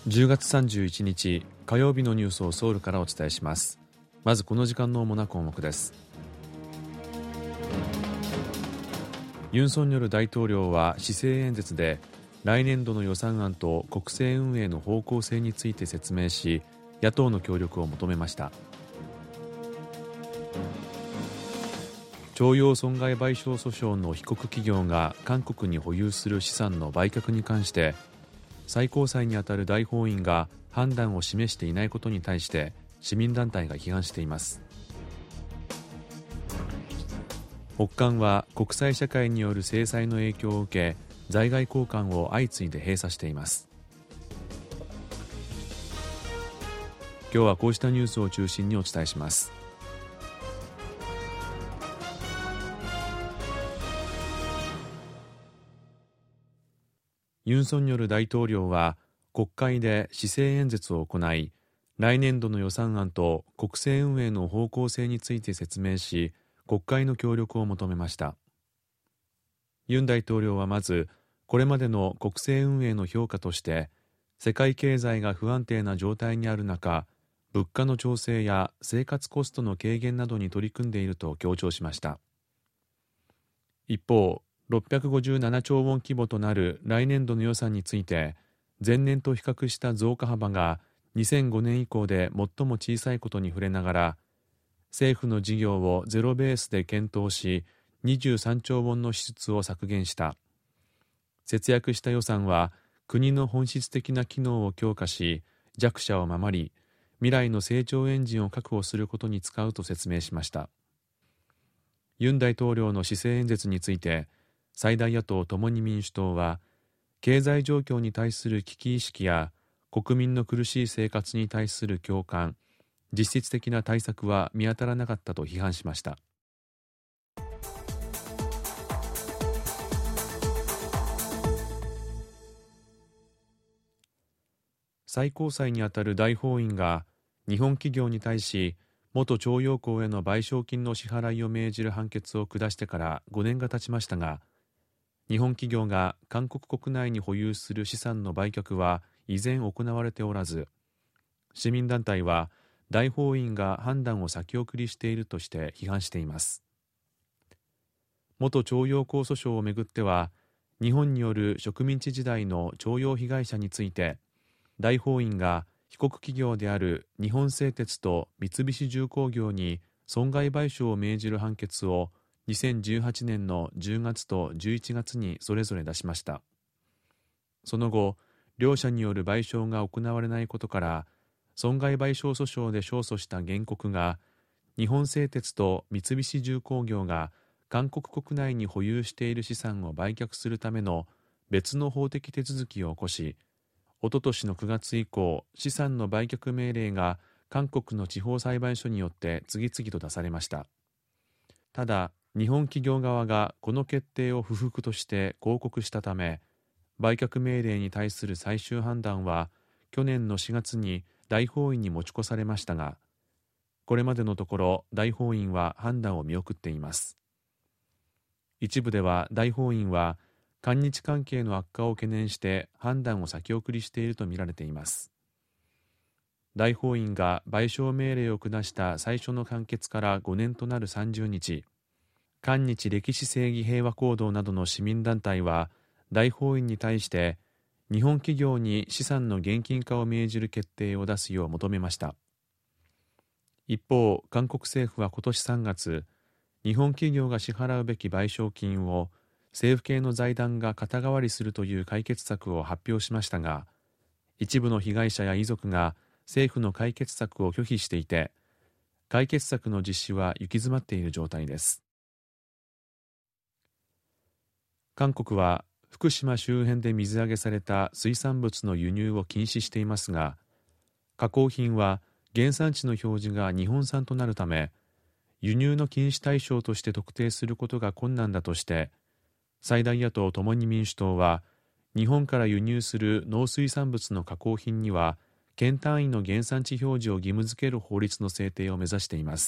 10月31日火曜日のニュースをソウルからお伝えします。まずこの時間の主な項目です。ユン・ソンニョル大統領は施政演説で来年度の予算案と国政運営の方向性について説明し、野党の協力を求めました。徴用損害賠償訴訟の被告企業が韓国に保有する資産の売却に関して最高裁にあたる大法院が判断を示していないことに対して市民団体が批判しています。北韓は国際社会による制裁の影響を受け、在外公館を相次いで閉鎖しています。今日はこうしたニュースを中心にお伝えします。ユン・ソンニョル大統領は国会で施政演説を行い、来年度の予算案と国政運営の方向性について説明し、国会の協力を求めました。ユン大統領はまず、これまでの国政運営の評価として、世界経済が不安定な状態にある中、物価の調整や生活コストの軽減などに取り組んでいると強調しました。一方、657兆ウォン規模となる来年度の予算について、前年と比較した増加幅が2005年以降で最も小さいことに触れながら、政府の事業をゼロベースで検討し、23兆ウォンの支出を削減した。節約した予算は国の本質的な機能を強化し、弱者を守り、未来の成長エンジンを確保することに使うと説明しました。ユン大統領の施政演説について、最大野党共に民主党は、経済状況に対する危機意識や国民の苦しい生活に対する共感、実質的な対策は見当たらなかったと批判しました。最高裁にあたる大法院が日本企業に対し元徴用工への賠償金の支払いを命じる判決を下してから5年が経ちましたが、日本企業が韓国国内に保有する資産の売却は依然行われておらず、市民団体は大法院が判断を先送りしているとして批判しています。元徴用工訴訟をめぐっては、日本による植民地時代の徴用被害者について、大法院が被告企業である日本製鉄と三菱重工業に損害賠償を命じる判決を2018年の10月と11月にそれぞれ出しました。その後、両者による賠償が行われないことから、損害賠償訴訟で勝訴した原告が、日本製鉄と三菱重工業が韓国国内に保有している資産を売却するための別の法的手続きを起こし、おととしの9月以降、資産の売却命令が韓国の地方裁判所によって次々と出されました。ただ、日本企業側がこの決定を不服として抗告したため、売却命令に対する最終判断は去年の4月に大法院に持ち越されましたが、これまでのところ大法院は判断を見送っています。一部では大法院は韓日関係の悪化を懸念して判断を先送りしているとみられています。大法院が賠償命令を下した最初の判決から5年となる30日、韓日歴史正義平和行動などの市民団体は大法院に対して日本企業に資産の現金化を命じる決定を出すよう求めました。一方、韓国政府は今年3月、日本企業が支払うべき賠償金を政府系の財団が肩代わりするという解決策を発表しましたが、一部の被害者や遺族が政府の解決策を拒否していて、解決策の実施は行き詰まっている状態です。韓国は福島周辺で水揚げされた水産物の輸入を禁止していますが、加工品は原産地の表示が日本産となるため、輸入の禁止対象として特定することが困難だとして、最大野党共に民主党は、日本から輸入する農水産物の加工品には、県単位の原産地表示を義務付ける法律の制定を目指しています。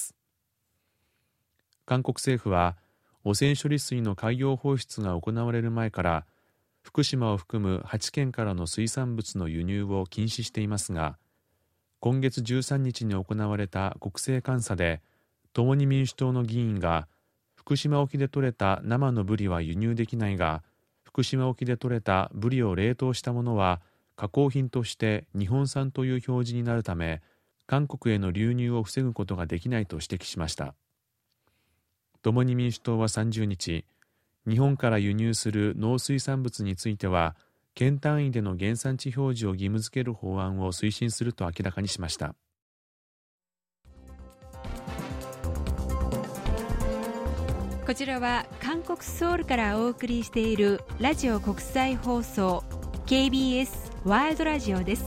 韓国政府は、汚染処理水の海洋放出が行われる前から、 福島を含む8県からの水産物の輸入を禁止していますが、今月13日に行われた国政監査で、共に民主党の議員が、福島沖で採れた生のブリは輸入できないが、福島沖で採れたブリを冷凍したものは加工品として日本産という表示になるため、韓国への流入を防ぐことができないと指摘しました。共に民主党は30日、日本から輸入する農水産物については、県単位での原産地表示を義務付ける法案を推進すると明らかにしました。 こちらは韓国ソウルからお送りしているラジオ国際放送 KBS ワールドラジオです。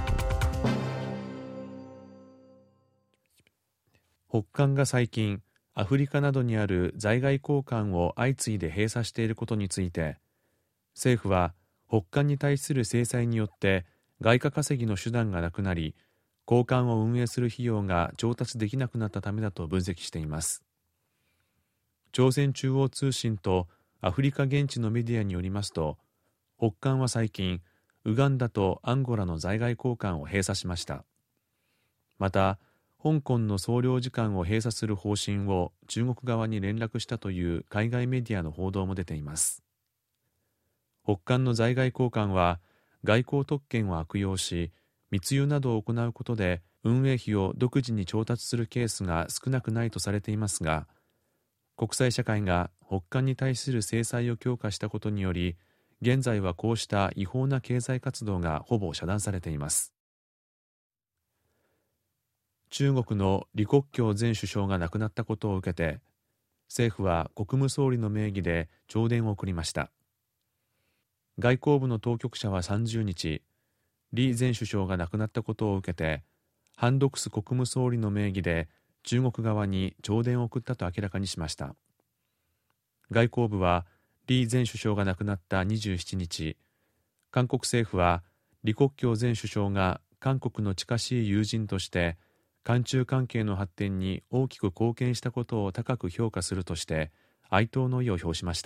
北韓が最近アフリカなどにある在外公館を相次いで閉鎖していることについて、政府は北韓に対する制裁によって外貨稼ぎの手段がなくなり、公館を運営する費用が調達できなくなったためだと分析しています。朝鮮中央通信とアフリカ現地のメディアによりますと、北韓は最近ウガンダとアンゴラの在外公館を閉鎖しました。また香港の総領事館を閉鎖する方針を中国側に連絡したという海外メディアの報道も出ています。北韓の在外公館は外交特権を悪用し、密輸などを行うことで運営費を独自に調達するケースが少なくないとされていますが、国際社会が北韓に対する制裁を強化したことにより、現在はこうした違法な経済活動がほぼ遮断されています。中国の李克強前首相が亡くなったことを受けて、政府は国務総理の名義で弔電を送りました。外交部の当局者は30日、李前首相が亡くなったことを受けて、ハン・ドクス国務総理の名義で中国側に弔電を送ったと明らかにしました。外交部は李前首相が亡くなった27日、韓国政府は李克強前首相が韓国の近しい友人として韓中関係の発展に大きく貢献したことを高く評価するとして哀悼の意を表しました。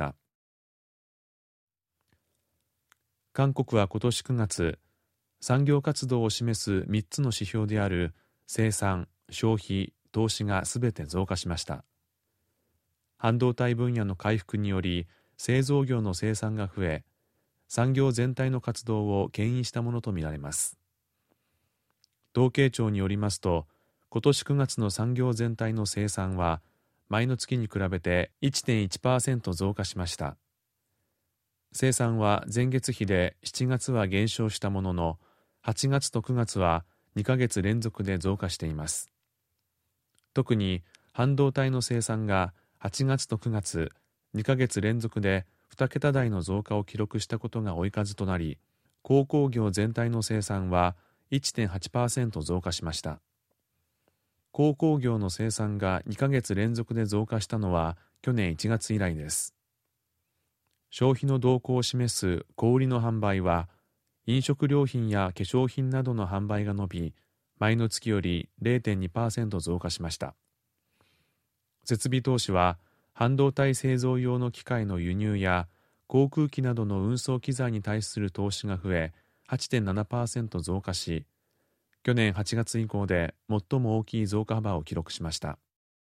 韓国は今年9月、産業活動を示す3つの指標である生産、消費、投資がすべて増加しました。半導体分野の回復により製造業の生産が増え、産業全体の活動を牽引したものとみられます。統計庁によりますと、今年9月の産業全体の生産は前の月に比べて 1.1% 増加しました。生産は前月比で7月は減少したものの、8月と9月は2ヶ月連続で増加しています。特に半導体の生産が8月と9月2ヶ月連続で2桁台の増加を記録したことが追い風となり、鉱工業全体の生産は 1.8% 増加しました。鉱工業の生産が2ヶ月連続で増加したのは去年1月以来です。消費の動向を示す小売の販売は、飲食料品や化粧品などの販売が伸び、前の月より 0.2% 増加しました。設備投資は、半導体製造用の機械の輸入や航空機などの運送機材に対する投資が増え 8.7% 増加し、去年8月以降で最も大きい増加幅を記録しました。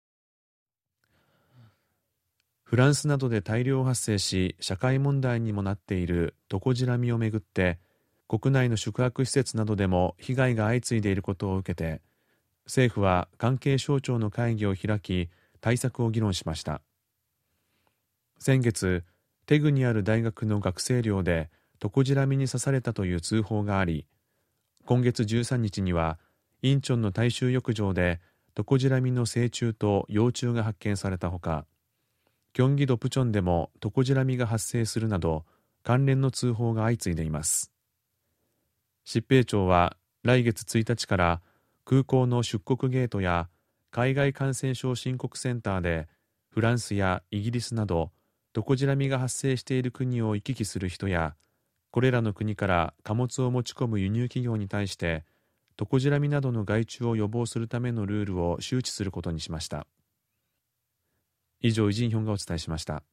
フランスなどで大量発生し社会問題にもなっているトコジラミをめぐって、国内の宿泊施設などでも被害が相次いでいることを受けて、政府は関係省庁の会議を開き対策を議論しました。先月、テグにある大学の学生寮でトコジラミに刺されたという通報があり、今月13日にはインチョンの大衆浴場でトコジラミの成虫と幼虫が発見されたほか、キョンギドプチョンでもトコジラミが発生するなど関連の通報が相次いでいます。疾病庁は来月1日から空港の出国ゲートや海外感染症申告センターでフランスやイギリスなどトコジラミが発生している国を行き来する人や、これらの国から貨物を持ち込む輸入企業に対してトコジラミなどの害虫を予防するためのルールを周知することにしました。以上、イジンヒョンがお伝えしました。